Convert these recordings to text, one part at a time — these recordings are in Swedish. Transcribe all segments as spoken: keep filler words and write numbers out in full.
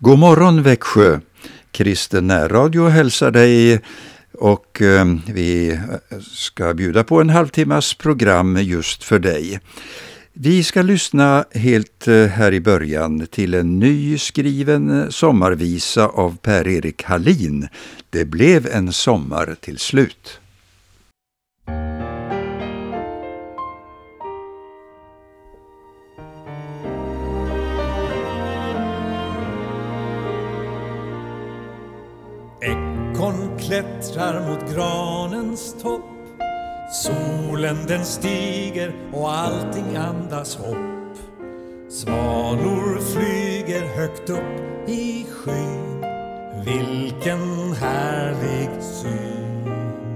God morgon Växjö, Kristen närradio hälsar dig och eh, vi ska bjuda på en halvtimmas program just för dig. Vi ska lyssna helt eh, här i början till en ny skriven sommarvisa av Per-Erik Hallin. Det blev en sommar till slut. Ekorn klättrar mot granens topp. Solen den stiger och allting andas hopp. Svalor flyger högt upp i skyn. Vilken härlig syn.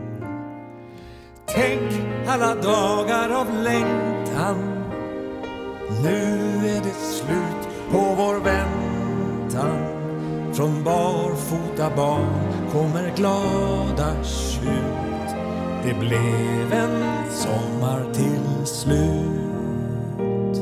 Tänk alla dagar av längtan. Nu är det slut på vår väntan. Från barfota barn kommer glada tjut. Det blev en sommar till slut.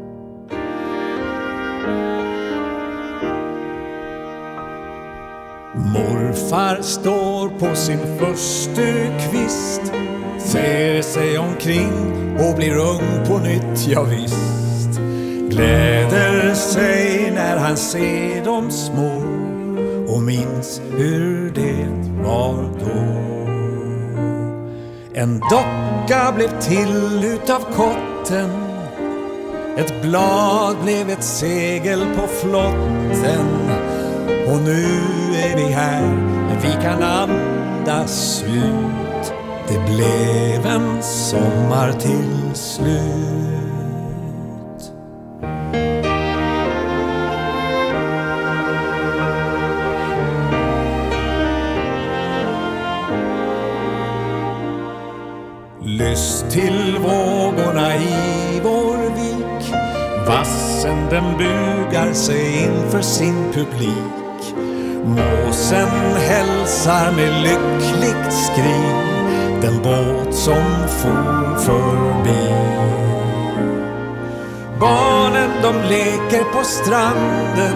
Morfar står på sin första kvist. Ser sig omkring och blir ung på nytt, ja visst. Gläder sig när han ser de små och minns hur det var då. En docka blev till utav kotten. Ett blad blev ett segel på flotten. Och nu är vi här, vi kan andas ut. Det blev en sommar till slut. Lyss till vågorna i vår vik. Vassen den bugar sig inför sin publik. Måsen hälsar med lyckligt skrin den båt som for förbi. Barnen de leker på stranden.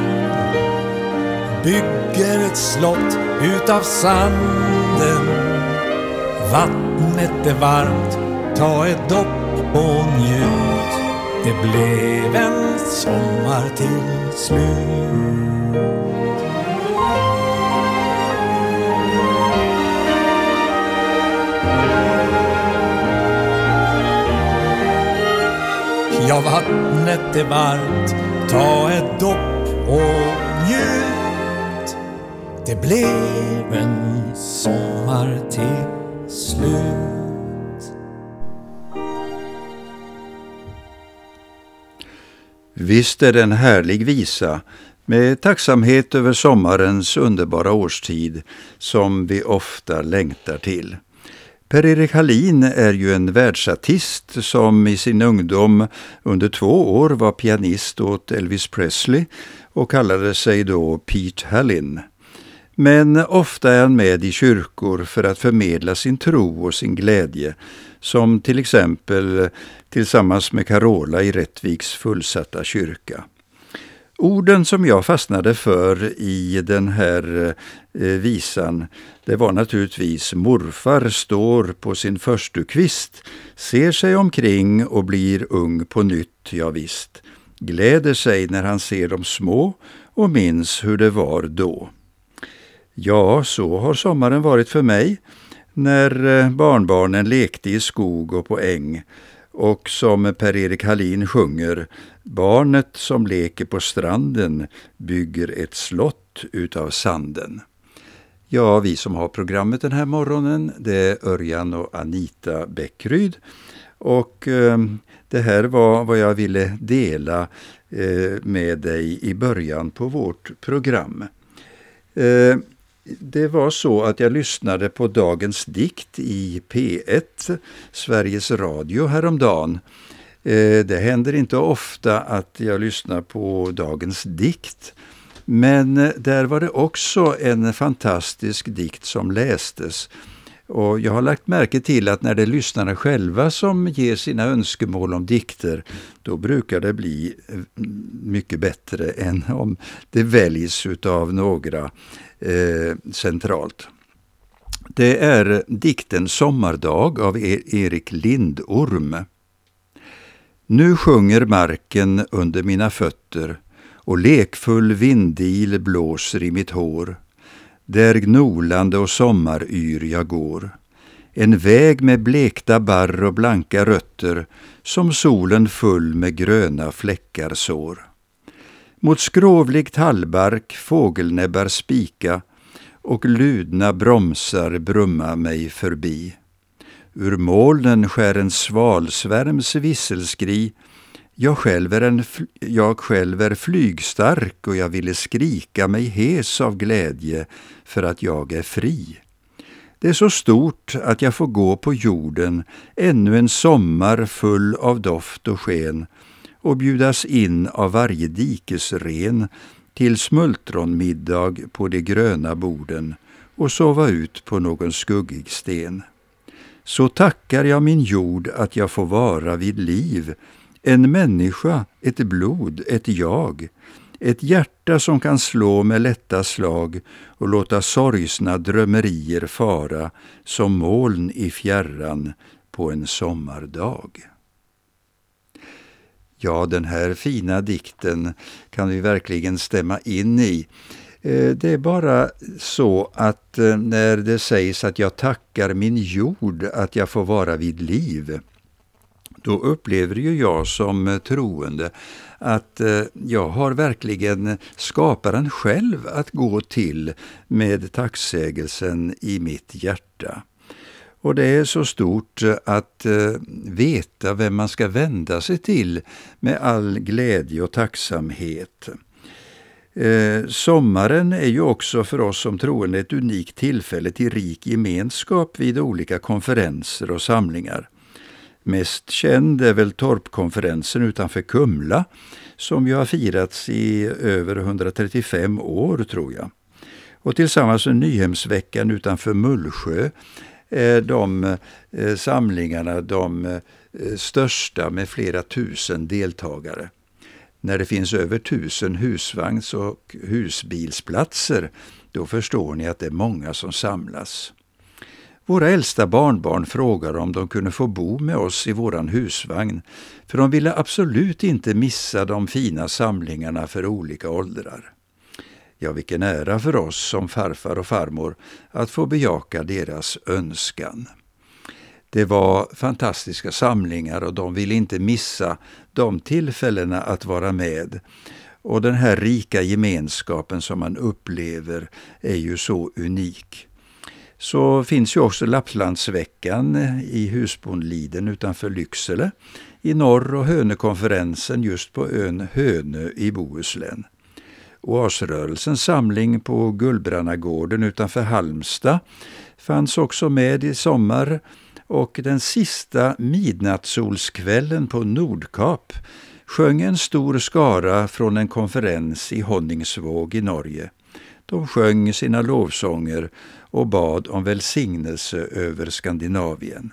Bygger ett slott utav sanden. Vattnet är varmt, ta ett dopp och njut. Det blev en sommar till slut. Ja, vattnet är varmt, ta ett dopp och njut. Det blev en sommar till slut. Visst är det en härlig visa med tacksamhet över sommarens underbara årstid som vi ofta längtar till. Per-Erik Hallin är ju en världsartist som i sin ungdom under två år var pianist åt Elvis Presley och kallade sig då Pete Hallin. Men ofta är han med i kyrkor för att förmedla sin tro och sin glädje, som till exempel tillsammans med Carola i Rättviks fullsatta kyrka. Orden som jag fastnade för i den här eh, visan, det var naturligtvis: morfar står på sin första kvist, ser sig omkring och blir ung på nytt, ja visst. Gläder sig när han ser de små och minns hur det var då. Ja, så har sommaren varit för mig, när barnbarnen lekte i skog och på äng. Och som Per-Erik Hallin sjunger: barnet som leker på stranden bygger ett slott utav sanden. Ja, vi som har programmet den här morgonen, det är Örjan och Anita Bäckryd. Och eh, det här var vad jag ville dela eh, med dig i början på vårt program. Eh, Det var så att jag lyssnade på dagens dikt i P ett, Sveriges Radio, häromdagen. Det händer inte ofta att jag lyssnar på dagens dikt, men där var det också en fantastisk dikt som lästes. Och jag har lagt märke till att när det är lyssnarna själva som ger sina önskemål om dikter, då brukar det bli mycket bättre än om det väljs utav några eh, centralt. Det är dikten Sommardag av Erik Lindorm. Nu sjunger marken under mina fötter och lekfull vindil blåser i mitt hår. Där gnolande och sommaryr jag går. En väg med blekta barr och blanka rötter som solen full med gröna fläckar sår. Mot skrovlig tallbark fågelnäbbar spika och ludna bromsar brumma mig förbi. Ur molnen skär en svalsvärms visselskri. Jag själv, är en, jag själv är flygstark och jag ville skrika mig hes av glädje för att jag är fri. Det är så stort att jag får gå på jorden ännu en sommar full av doft och sken och bjudas in av varje dikesren till smultronmiddag på de gröna borden och sova ut på någon skuggig sten. Så tackar jag min jord att jag får vara vid liv, en människa, ett blod, ett jag, ett hjärta som kan slå med lätta slag och låta sorgsna drömmerier fara som moln i fjärran på en sommardag. Ja, den här fina dikten kan vi verkligen stämma in i. Det är bara så att när det sägs att jag tackar min jord att jag får vara vid liv, då upplever ju jag som troende att jag har verkligen skaparen själv att gå till med tacksägelsen i mitt hjärta. Och det är så stort att veta vem man ska vända sig till med all glädje och tacksamhet. Eh, sommaren är ju också för oss som troende ett unikt tillfälle till rik gemenskap vid olika konferenser och samlingar. Mest känd är väl Torpkonferensen utanför Kumla, som ju har firats i över hundratrettiofem år tror jag. Och tillsammans med Nyhemsveckan utanför Mullsjö är de eh, samlingarna de eh, största med flera tusen deltagare. När det finns över tusen husvagns- och husbilsplatser, då förstår ni att det är många som samlas. Våra äldsta barnbarn frågar om de kunde få bo med oss i våran husvagn, för de ville absolut inte missa de fina samlingarna för olika åldrar. Ja, vilken ära för oss som farfar och farmor att få bejaka deras önskan. Det var fantastiska samlingar och de ville inte missa de tillfällena att vara med. Och den här rika gemenskapen som man upplever är ju så unik. Så finns ju också Lapplandsveckan i Husbondliden utanför Lycksele i norr och Hönökonferensen just på ön Hönö i Bohuslän. Oasrörelsens samling på Gullbrannagården utanför Halmstad fanns också med i sommar, och den sista midnattssolskvällen på Nordkap sjöng en stor skara från en konferens i Honningsvåg i Norge. De sjöng sina lovsånger och bad om välsignelse över Skandinavien.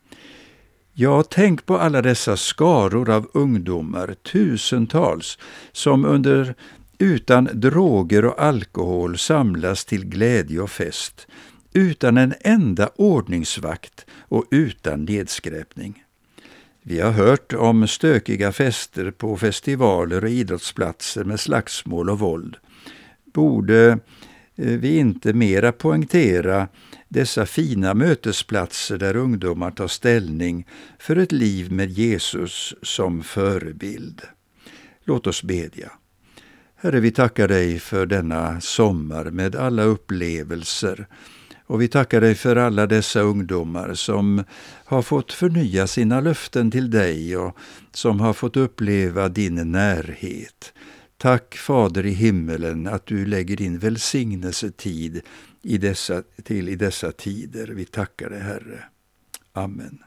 Ja, tänk på alla dessa skaror av ungdomar, tusentals, som under utan droger och alkohol samlas till glädje och fest, utan en enda ordningsvakt och utan nedskräpning. Vi har hört om stökiga fester på festivaler och idrottsplatser med slagsmål och våld. Borde vi inte mera poängtera dessa fina mötesplatser där ungdomar tar ställning för ett liv med Jesus som förebild? Låt oss bedja. Herre, vi tackar dig för denna sommar med alla upplevelser. Och vi tackar dig för alla dessa ungdomar som har fått förnya sina löften till dig och som har fått uppleva din närhet. Tack, Fader i himmelen, att du lägger din välsignelsetid i dessa, till i dessa tider. Vi tackar dig, Herre. Amen.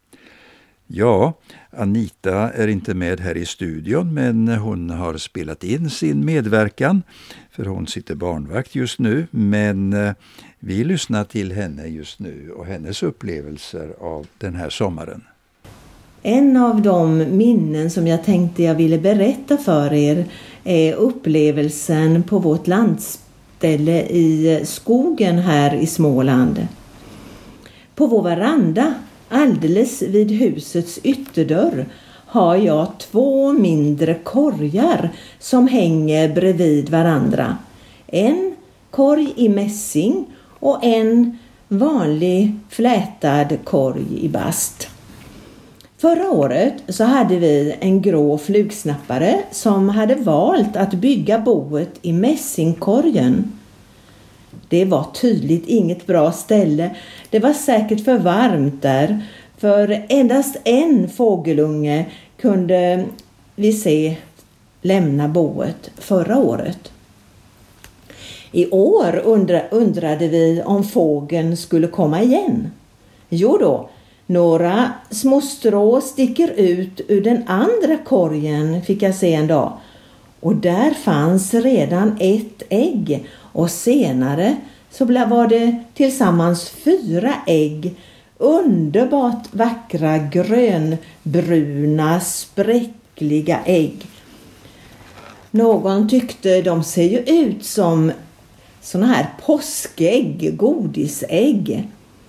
Ja, Anita är inte med här i studion, men hon har spelat in sin medverkan, för hon sitter barnvakt just nu. Men Vi lyssnar till henne just nu och hennes upplevelser av den här sommaren. En av de minnen som jag tänkte jag ville berätta för er är upplevelsen på vårt landställe i skogen här i Småland. På vår veranda, alldeles vid husets ytterdörr, har jag två mindre korgar som hänger bredvid varandra. En korg i mässing och en vanlig flätad korg i bast. Förra året så hade vi en grå flugsnappare som hade valt att bygga boet i mässingkorgen. Det var tydligt inget bra ställe. Det var säkert för varmt där, för endast en fågelunge kunde vi se lämna boet förra året. I år undra, undrade vi om fågeln skulle komma igen. Jo då, några små strå sticker ut ur den andra korgen, fick jag se en dag. Och där fanns redan ett ägg, och senare så var det tillsammans fyra ägg. Underbart vackra grönbruna spräckliga ägg. Någon tyckte de ser ju ut som såna här påskägg, godisägg.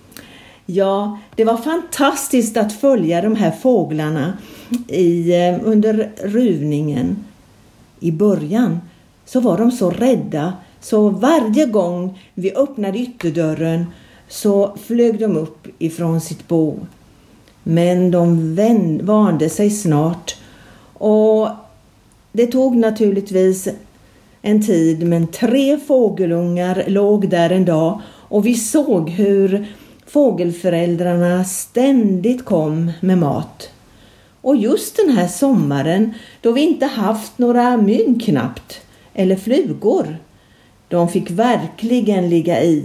Ja, det var fantastiskt att följa de här fåglarna i, under ruvningen. I början så var de så rädda, så varje gång vi öppnade ytterdörren så flög de upp ifrån sitt bo. Men de vän, vande sig snart, och det tog naturligtvis en tid, men tre fågelungar låg där en dag och vi såg hur fågelföräldrarna ständigt kom med mat. Och just den här sommaren, då vi inte haft några mygg knappt eller flugor, de fick verkligen ligga i.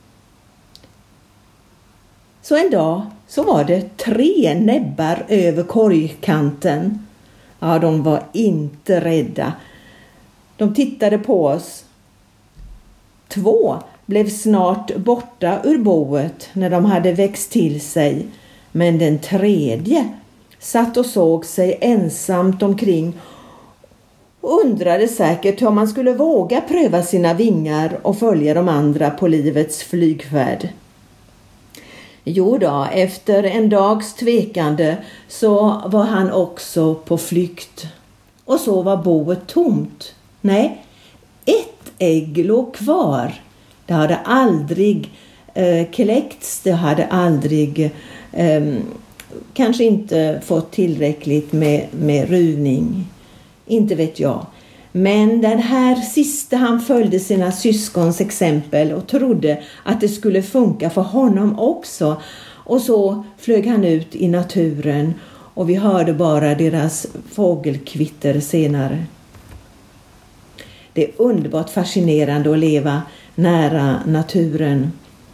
Så en dag så var det tre näbbar över korgkanten. Ja, de var inte rädda. De tittade på oss. Två blev snart borta ur boet när de hade växt till sig. Men den tredje satt och såg sig ensamt omkring och undrade säkert hur man skulle våga pröva sina vingar och följa de andra på livets flygfärd. Jo då, efter en dags tvekande så var han också på flykt. Och så var boet tomt. Nej, ett ägg låg kvar. Det hade aldrig eh, kläckts, det hade aldrig eh, kanske inte fått tillräckligt med, med ruvning. Inte vet jag. Men den här sista, han följde sina syskons exempel och trodde att det skulle funka för honom också. Och så flög han ut i naturen och vi hörde bara deras fågelkvitter senare. Det är underbart fascinerande att leva nära naturen.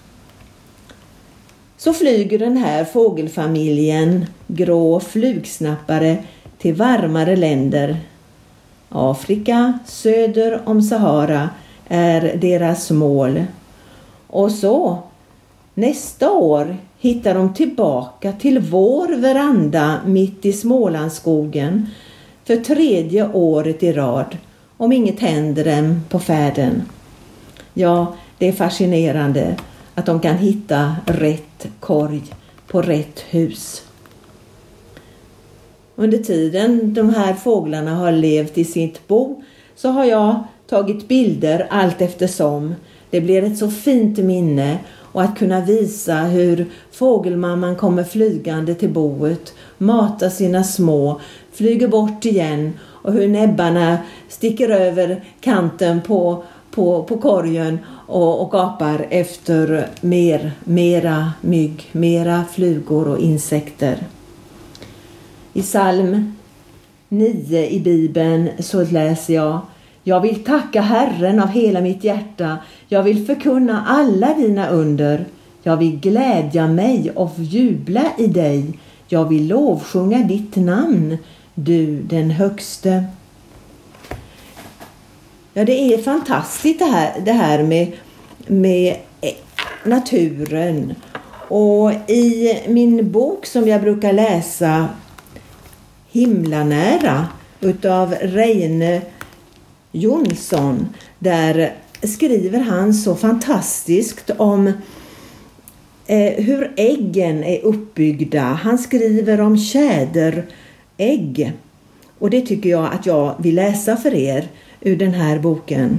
Så flyger den här fågelfamiljen, grå flugsnappare, till varmare länder. Afrika, söder om Sahara, är deras mål. Och så, nästa år hittar de tillbaka till vår veranda mitt i Smålandsskogen för tredje året i rad, om inget händer dem på färden. Ja, det är fascinerande att de kan hitta rätt korg på rätt hus. Under tiden de här fåglarna har levt i sitt bo så har jag tagit bilder allt eftersom. Det blir ett så fint minne, och att kunna visa hur fågelmamman kommer flygande till boet, matar sina små, flyger bort igen, och hur näbbarna sticker över kanten på, på, på korgen och, och gapar efter mer, mera mygg, mera flugor och insekter. I psalm nio i Bibeln så läser jag: Jag vill tacka Herren av hela mitt hjärta. Jag vill förkunna alla dina under. Jag vill glädja mig och jubla i dig. Jag vill lovsjunga ditt namn, du den högste. Ja, det är fantastiskt det här, det här med, med naturen. Och i min bok som jag brukar läsa, Himlanära, utav Reine Jonsson, där skriver han så fantastiskt om eh, hur äggen är uppbyggda. Han skriver om tjäderägg. Och det tycker jag att jag vill läsa för er ur den här boken.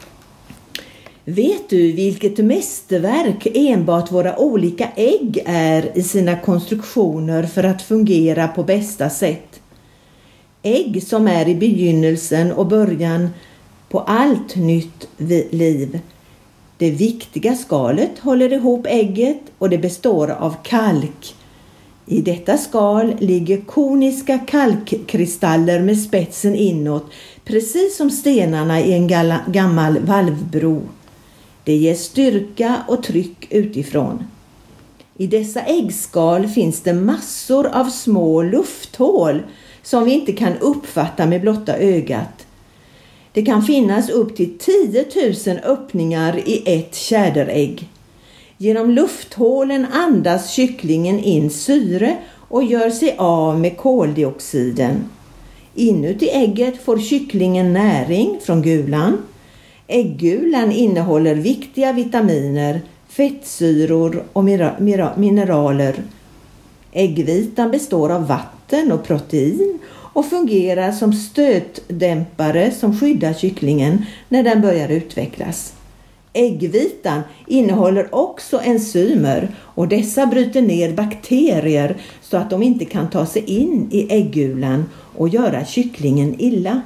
Vet du vilket mästerverk enbart våra olika ägg är i sina konstruktioner för att fungera på bästa sätt? Ägg som är i begynnelsen och början på allt nytt liv. Det viktiga skalet håller ihop ägget och det består av kalk. I detta skal ligger koniska kalkkristaller med spetsen inåt, precis som stenarna i en gammal valvbro. Det ger styrka och tryck utifrån. I dessa äggskal finns det massor av små lufthål som vi inte kan uppfatta med blotta ögat. Det kan finnas upp till tio tusen öppningar i ett tjäderägg. Genom lufthålen andas kycklingen in syre och gör sig av med koldioxiden. Inuti ägget får kycklingen näring från gulan. Äggulan innehåller viktiga vitaminer, fettsyror och mineraler. Äggvitan består av vatten och protein och fungerar som stötdämpare som skyddar kycklingen när den börjar utvecklas. Äggvitan innehåller också enzymer och dessa bryter ner bakterier så att de inte kan ta sig in i äggulan och göra kycklingen illa.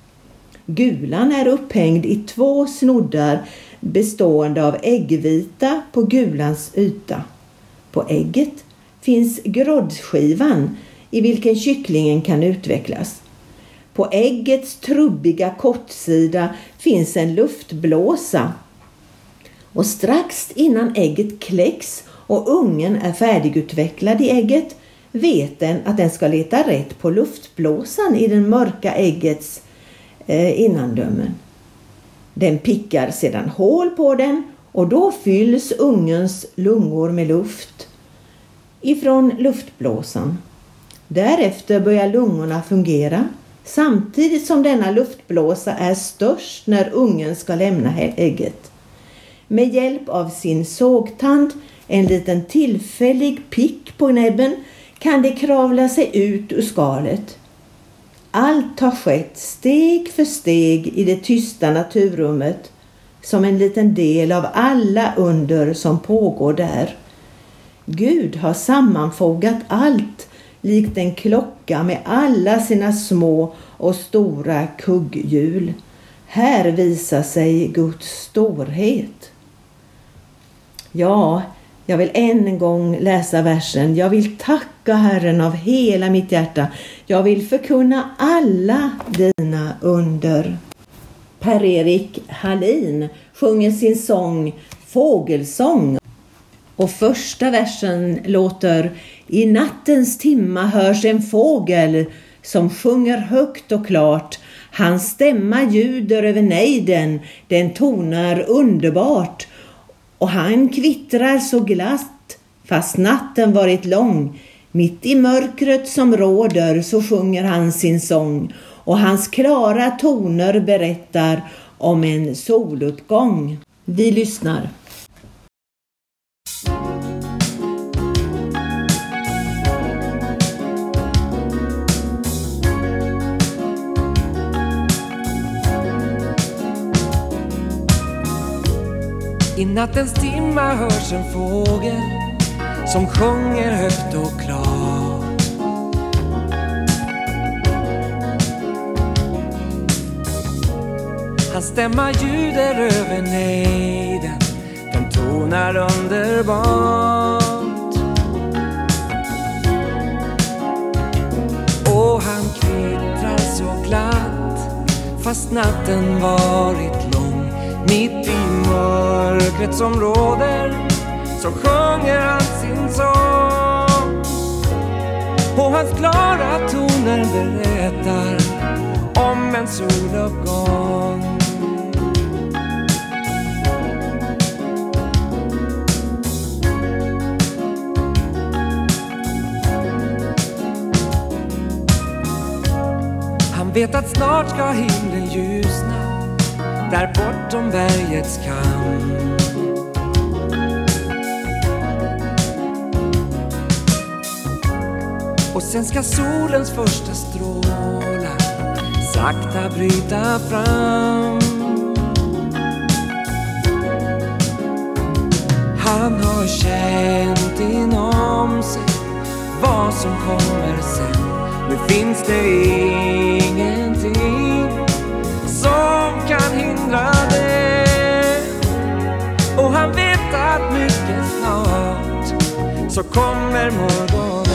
Gulan är upphängd i två snoddar bestående av äggvita på gulans yta. På ägget finns groddskivan i vilken kycklingen kan utvecklas. På äggets trubbiga kortsida finns en luftblåsa. Och strax innan ägget kläcks och ungen är färdigutvecklad i ägget vet den att den ska leta rätt på luftblåsan i den mörka äggets eh, innandömen. Den pickar sedan hål på den och då fylls ungens lungor med luft ifrån luftblåsan. Därefter börjar lungorna fungera samtidigt som denna luftblåsa är störst när ungen ska lämna ägget. Med hjälp av sin sågtand, en liten tillfällig pick på näbben, kan det kravla sig ut ur skalet. Allt har skett steg för steg i det tysta naturrummet, som en liten del av alla under som pågår där. Gud har sammanfogat allt likt en klocka med alla sina små och stora kugghjul. Här visar sig Guds storhet. Ja, jag vill än en gång läsa versen. Jag vill tacka Herren av hela mitt hjärta. Jag vill förkunna alla dina under. Per-Erik Hallin sjunger sin sång Fågelsång. Och första versen låter: I nattens timma hörs en fågel som sjunger högt och klart. Hans stämma ljuder över nejden, den tonar underbart. Och han kvittrar så glatt, fast natten varit lång. Mitt i mörkret som råder så sjunger han sin sång. Och hans klara toner berättar om en solutgång. Vi lyssnar. I nattens timma hörs en fågel som sjunger högt och klart. Hans stämma ljuder över nejden, den tonar underbart. Och han kvittrar så glatt, fast natten varit lång. Mitt i mörkret som råder så sjunger han sin sång. Och hans klara toner berättar om en soluppgång. vet att snart ska himlen ljusna där bortom bergets kam. Och sen ska solens första strålar sakta bryta fram. Han har känt inom sig vad som kommer sen. Nu finns det ingenting som kan hindra det. Och han vet att mycket snart så kommer morgonen.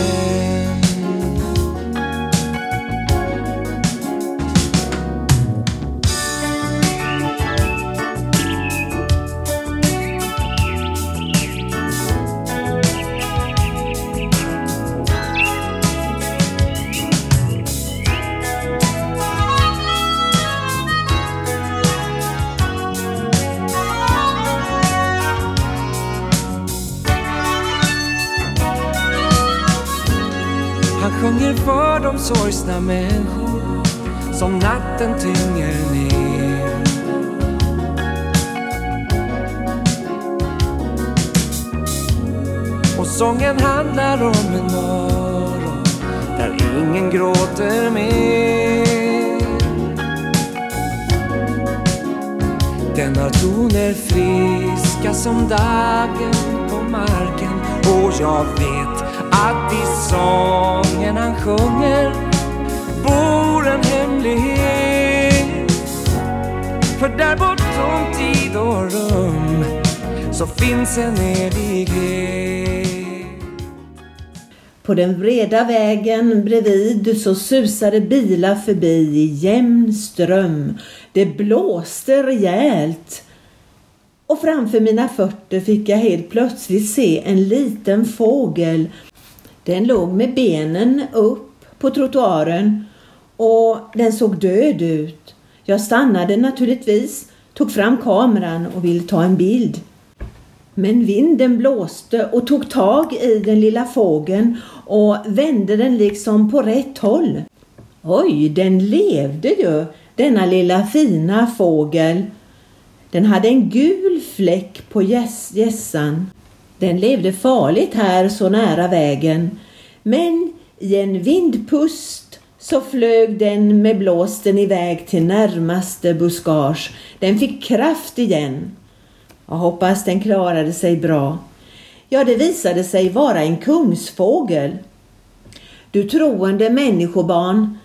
Sjunger för de sorgsna människor som natten tynger ner. Och sången handlar om en morgon där ingen gråter mer. Den har toner friska som dagen på marken. Och jag vet att i sången han sjunger bor en hemlighet. För där bortom tid och rum så finns en evighet. På den breda vägen bredvid så susade bilar förbi i jämn ström. Det blåste rejält. Och framför mina fötter fick jag helt plötsligt se en liten fågel. Den låg med benen upp på trottoaren och den såg död ut. Jag stannade naturligtvis, tog fram kameran och ville ta en bild. Men vinden blåste och tog tag i den lilla fågeln och vände den liksom på rätt håll. Oj, den levde ju, denna lilla fina fågel. Den hade en gul fläck på gäss, gässan. Den levde farligt här så nära vägen. Men i en vindpust så flög den med blåsten iväg till närmaste buskage. Den fick kraft igen. Jag hoppas den klarade sig bra. Ja, det visade sig vara en kungsfågel. Du troende människobarn,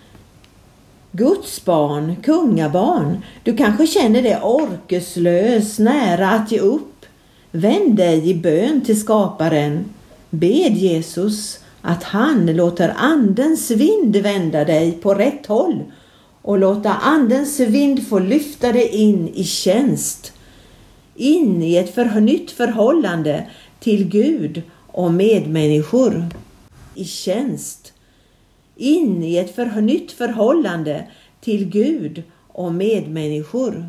Guds barn, kungabarn, du kanske känner dig orkeslös, nära att ge upp. Vänd dig i bön till skaparen. Bed Jesus att han låter andens vind vända dig på rätt håll och låta andens vind få lyfta dig in i tjänst. In i ett förnytt förhållande till Gud och medmänniskor. I tjänst. In i ett förnytt förhållande till Gud och medmänniskor.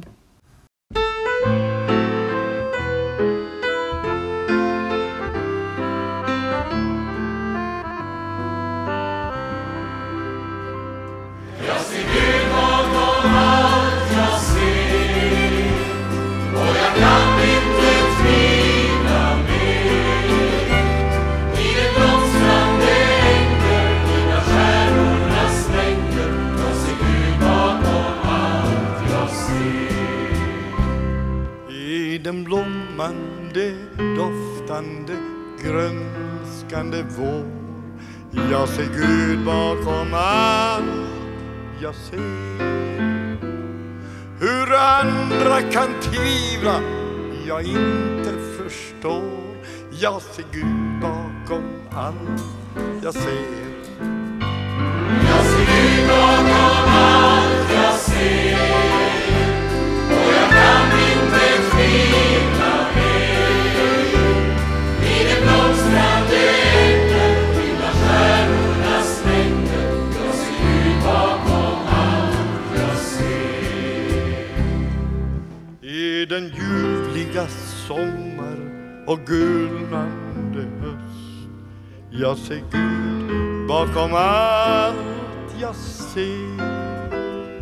Den blommande, doftande, grönskande vår. Jag ser Gud bakom allt jag ser. Hur andra kan tvivla, jag inte förstår. Jag ser Gud bakom allt jag ser. Jag ser Gud bakom allt jag ser. Och jag kan inte tvivla mer. I det blomstrande ängel, himla stjärnornas mängder. Jag ser Gud bakom allt jag ser. I den ljuvliga sommar och gulnande höst. Jag ser Gud bakom allt jag ser.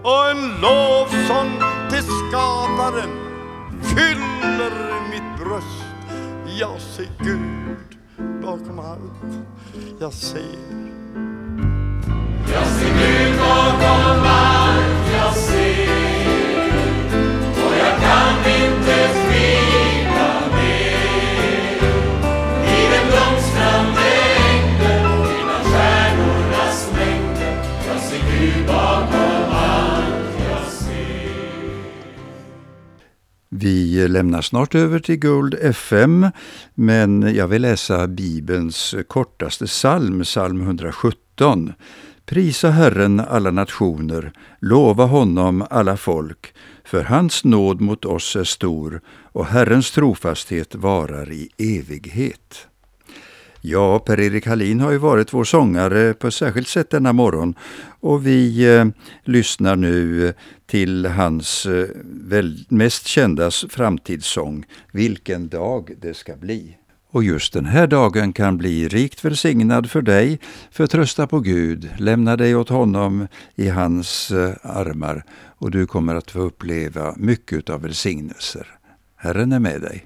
och en lovsång till skaparen fyller mitt bröst. Jag ser Gud bakom allt jag ser. Jag ser Gud bakom allt jag ser, och jag kan inte tvivla mer. I den blomstrande ängden, bland stjärnornas mängder, jag ser Gud bakom allt jag ser. Vi lämnar snart över till Gold F M, men jag vill läsa Bibelns kortaste psalm, psalm hundrasjutton. Prisa Herren alla nationer, lova honom alla folk, för hans nåd mot oss är stor och Herrens trofasthet varar i evighet. Ja, Per-Erik Hallin har ju varit vår sångare på ett särskilt sätt denna morgon, och vi eh, lyssnar nu till hans eh, väl, mest kända framtidssång, Vilken dag det ska bli. Och just den här dagen kan bli rikt välsignad för dig. Förtrösta på Gud, lämna dig åt honom i hans armar, och du kommer att få uppleva mycket av välsignelser. Herren är med dig.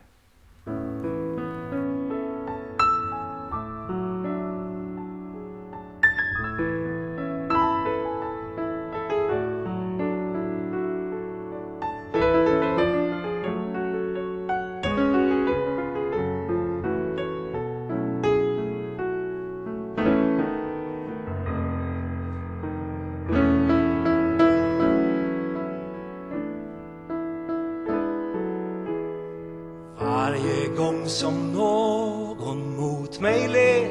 Som någon mot mig ler,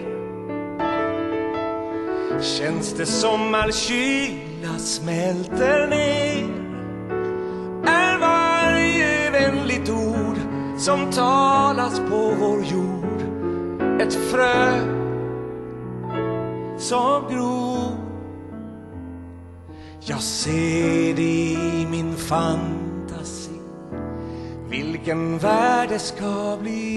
känns det som all kyla smälter ner. Är varje vänligt ord som talas på vår jord ett frö som gror. Jag ser det i min fantasi, vilken värld det ska bli.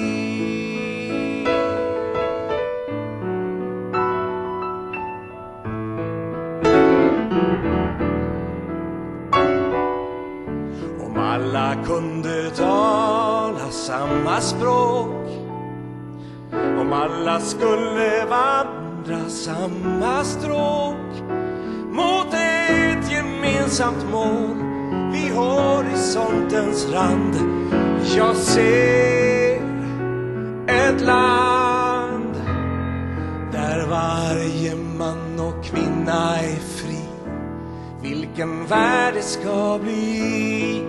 Om alla kunde tala samma språk, om alla skulle vandra samma stråk mot ett gemensamt mål vid horisontens rand. Jag ser ett land där varje man och kvinna är fri. Vilken värld det ska bli.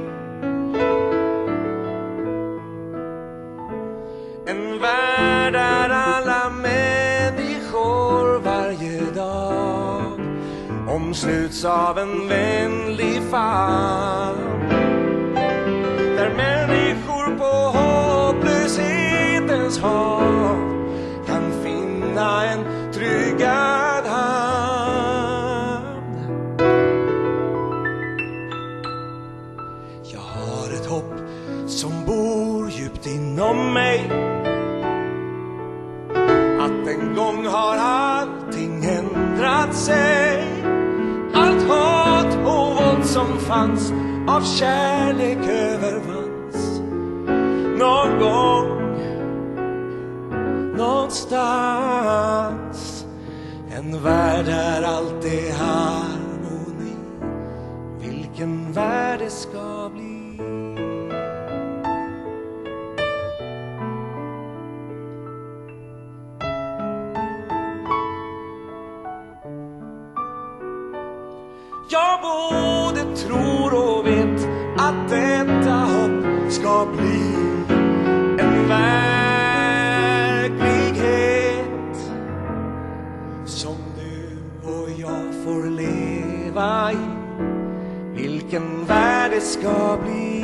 En värld där alla människor varje dag omsluts av en vänlig famn. Där människor på hopplöshetens hav kan finna en tryggad hamn. Jag har ett hopp som bor djupt inom mig, att en gång har allting ändrat sig. Allt hat och våld som fanns av kärlek övervanns. Någon gång, någonstans, en värld där allt är harmoni. Vilken värld det ska bli. Jag både tror och vet att detta hopp ska bli en verklighet som du och jag får leva i. Vilken värld det ska bli.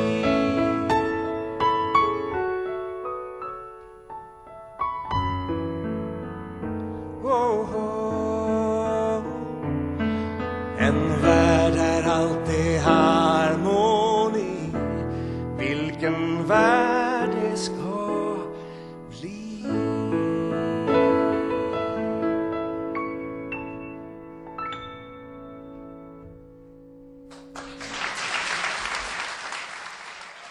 Oh, oh. En värld där allt är harmoni. Vilken värld